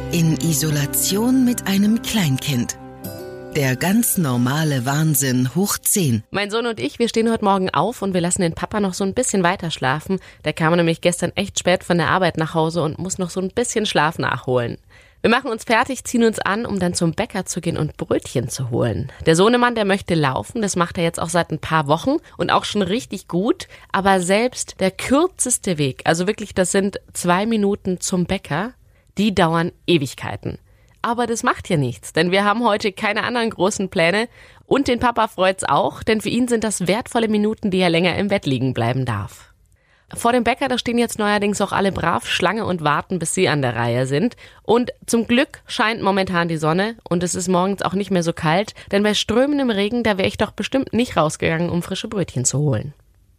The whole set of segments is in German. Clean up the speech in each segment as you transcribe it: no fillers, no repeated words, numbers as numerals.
In Isolation mit einem Kleinkind. Der ganz normale Wahnsinn hoch 10. Mein Sohn und ich, wir stehen heute Morgen auf und wir lassen den Papa noch so ein bisschen weiter schlafen. Der kam nämlich gestern echt spät von der Arbeit nach Hause und muss noch so ein bisschen Schlaf nachholen. Wir machen uns fertig, ziehen uns an, um dann zum Bäcker zu gehen und Brötchen zu holen. Der Sohnemann, der möchte laufen, das macht er jetzt auch seit ein paar Wochen und auch schon richtig gut. Aber selbst der kürzeste Weg, also wirklich, das sind 2 Minuten zum Bäcker, die dauern Ewigkeiten. Aber das macht ja nichts, denn wir haben heute keine anderen großen Pläne und den Papa freut's auch, denn für ihn sind das wertvolle Minuten, die er länger im Bett liegen bleiben darf. Vor dem Bäcker, da stehen jetzt neuerdings auch alle brav Schlange und warten, bis sie an der Reihe sind. Und zum Glück scheint momentan die Sonne und es ist morgens auch nicht mehr so kalt, denn bei strömendem Regen, da wäre ich doch bestimmt nicht rausgegangen, um frische Brötchen zu holen.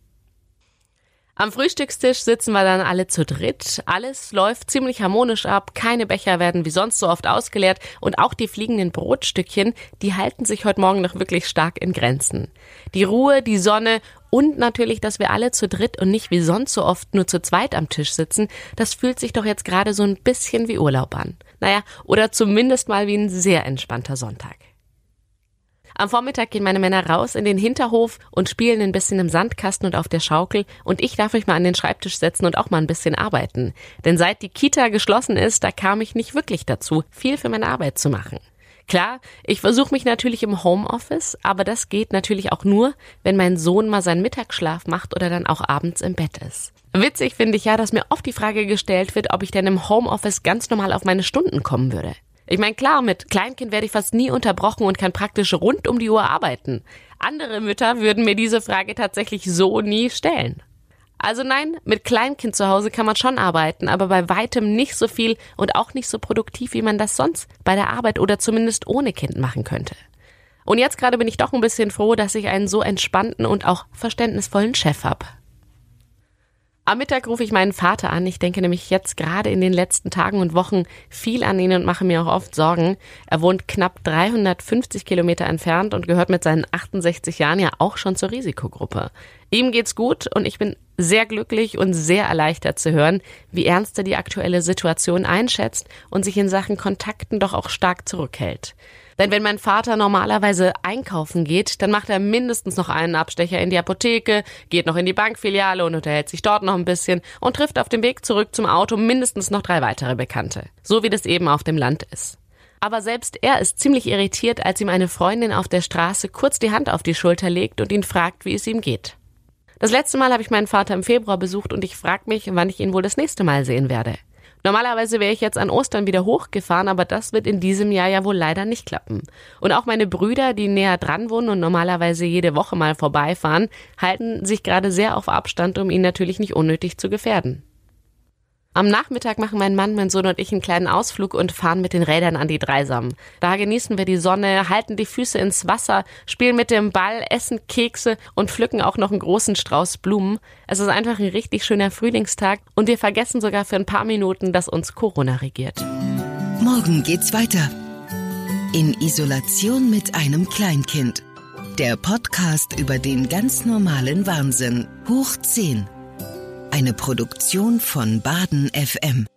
Am Frühstückstisch sitzen wir dann alle zu dritt. Alles läuft ziemlich harmonisch ab, keine Becher werden wie sonst so oft ausgeleert und auch die fliegenden Brotstückchen, die halten sich heute Morgen noch wirklich stark in Grenzen. Die Ruhe, die Sonne und natürlich, dass wir alle zu dritt und nicht wie sonst so oft nur zu zweit am Tisch sitzen, das fühlt sich doch jetzt gerade so ein bisschen wie Urlaub an. Naja, oder zumindest mal wie ein sehr entspannter Sonntag. Am Vormittag gehen meine Männer raus in den Hinterhof und spielen ein bisschen im Sandkasten und auf der Schaukel und ich darf mich mal an den Schreibtisch setzen und auch mal ein bisschen arbeiten. Denn seit die Kita geschlossen ist, da kam ich nicht wirklich dazu, viel für meine Arbeit zu machen. Klar, ich versuche mich natürlich im Homeoffice, aber das geht natürlich auch nur, wenn mein Sohn mal seinen Mittagsschlaf macht oder dann auch abends im Bett ist. Witzig finde ich ja, dass mir oft die Frage gestellt wird, ob ich denn im Homeoffice ganz normal auf meine Stunden kommen würde. Ich meine, klar, mit Kleinkind werde ich fast nie unterbrochen und kann praktisch rund um die Uhr arbeiten. Andere Mütter würden mir diese Frage tatsächlich so nie stellen. Also nein, mit Kleinkind zu Hause kann man schon arbeiten, aber bei weitem nicht so viel und auch nicht so produktiv, wie man das sonst bei der Arbeit oder zumindest ohne Kind machen könnte. Und jetzt gerade bin ich doch ein bisschen froh, dass ich einen so entspannten und auch verständnisvollen Chef habe. Am Mittag rufe ich meinen Vater an. Ich denke nämlich jetzt gerade in den letzten Tagen und Wochen viel an ihn und mache mir auch oft Sorgen. Er wohnt knapp 350 Kilometer entfernt und gehört mit seinen 68 Jahren ja auch schon zur Risikogruppe. Ihm geht's gut und ich bin sehr glücklich und sehr erleichtert zu hören, wie ernst er die aktuelle Situation einschätzt und sich in Sachen Kontakten doch auch stark zurückhält. Denn wenn mein Vater normalerweise einkaufen geht, dann macht er mindestens noch einen Abstecher in die Apotheke, geht noch in die Bankfiliale und unterhält sich dort noch ein bisschen und trifft auf dem Weg zurück zum Auto mindestens noch 3 weitere Bekannte. So wie das eben auf dem Land ist. Aber selbst er ist ziemlich irritiert, als ihm eine Freundin auf der Straße kurz die Hand auf die Schulter legt und ihn fragt, wie es ihm geht. Das letzte Mal habe ich meinen Vater im Februar besucht und ich frage mich, wann ich ihn wohl das nächste Mal sehen werde. Normalerweise wäre ich jetzt an Ostern wieder hochgefahren, aber das wird in diesem Jahr ja wohl leider nicht klappen. Und auch meine Brüder, die näher dran wohnen und normalerweise jede Woche mal vorbeifahren, halten sich gerade sehr auf Abstand, um ihn natürlich nicht unnötig zu gefährden. Am Nachmittag machen mein Mann, mein Sohn und ich einen kleinen Ausflug und fahren mit den Rädern an die Dreisam. Da genießen wir die Sonne, halten die Füße ins Wasser, spielen mit dem Ball, essen Kekse und pflücken auch noch einen großen Strauß Blumen. Es ist einfach ein richtig schöner Frühlingstag und wir vergessen sogar für ein paar Minuten, dass uns Corona regiert. Morgen geht's weiter. In Isolation mit einem Kleinkind. Der Podcast über den ganz normalen Wahnsinn hoch 10. Eine Produktion von Baden FM.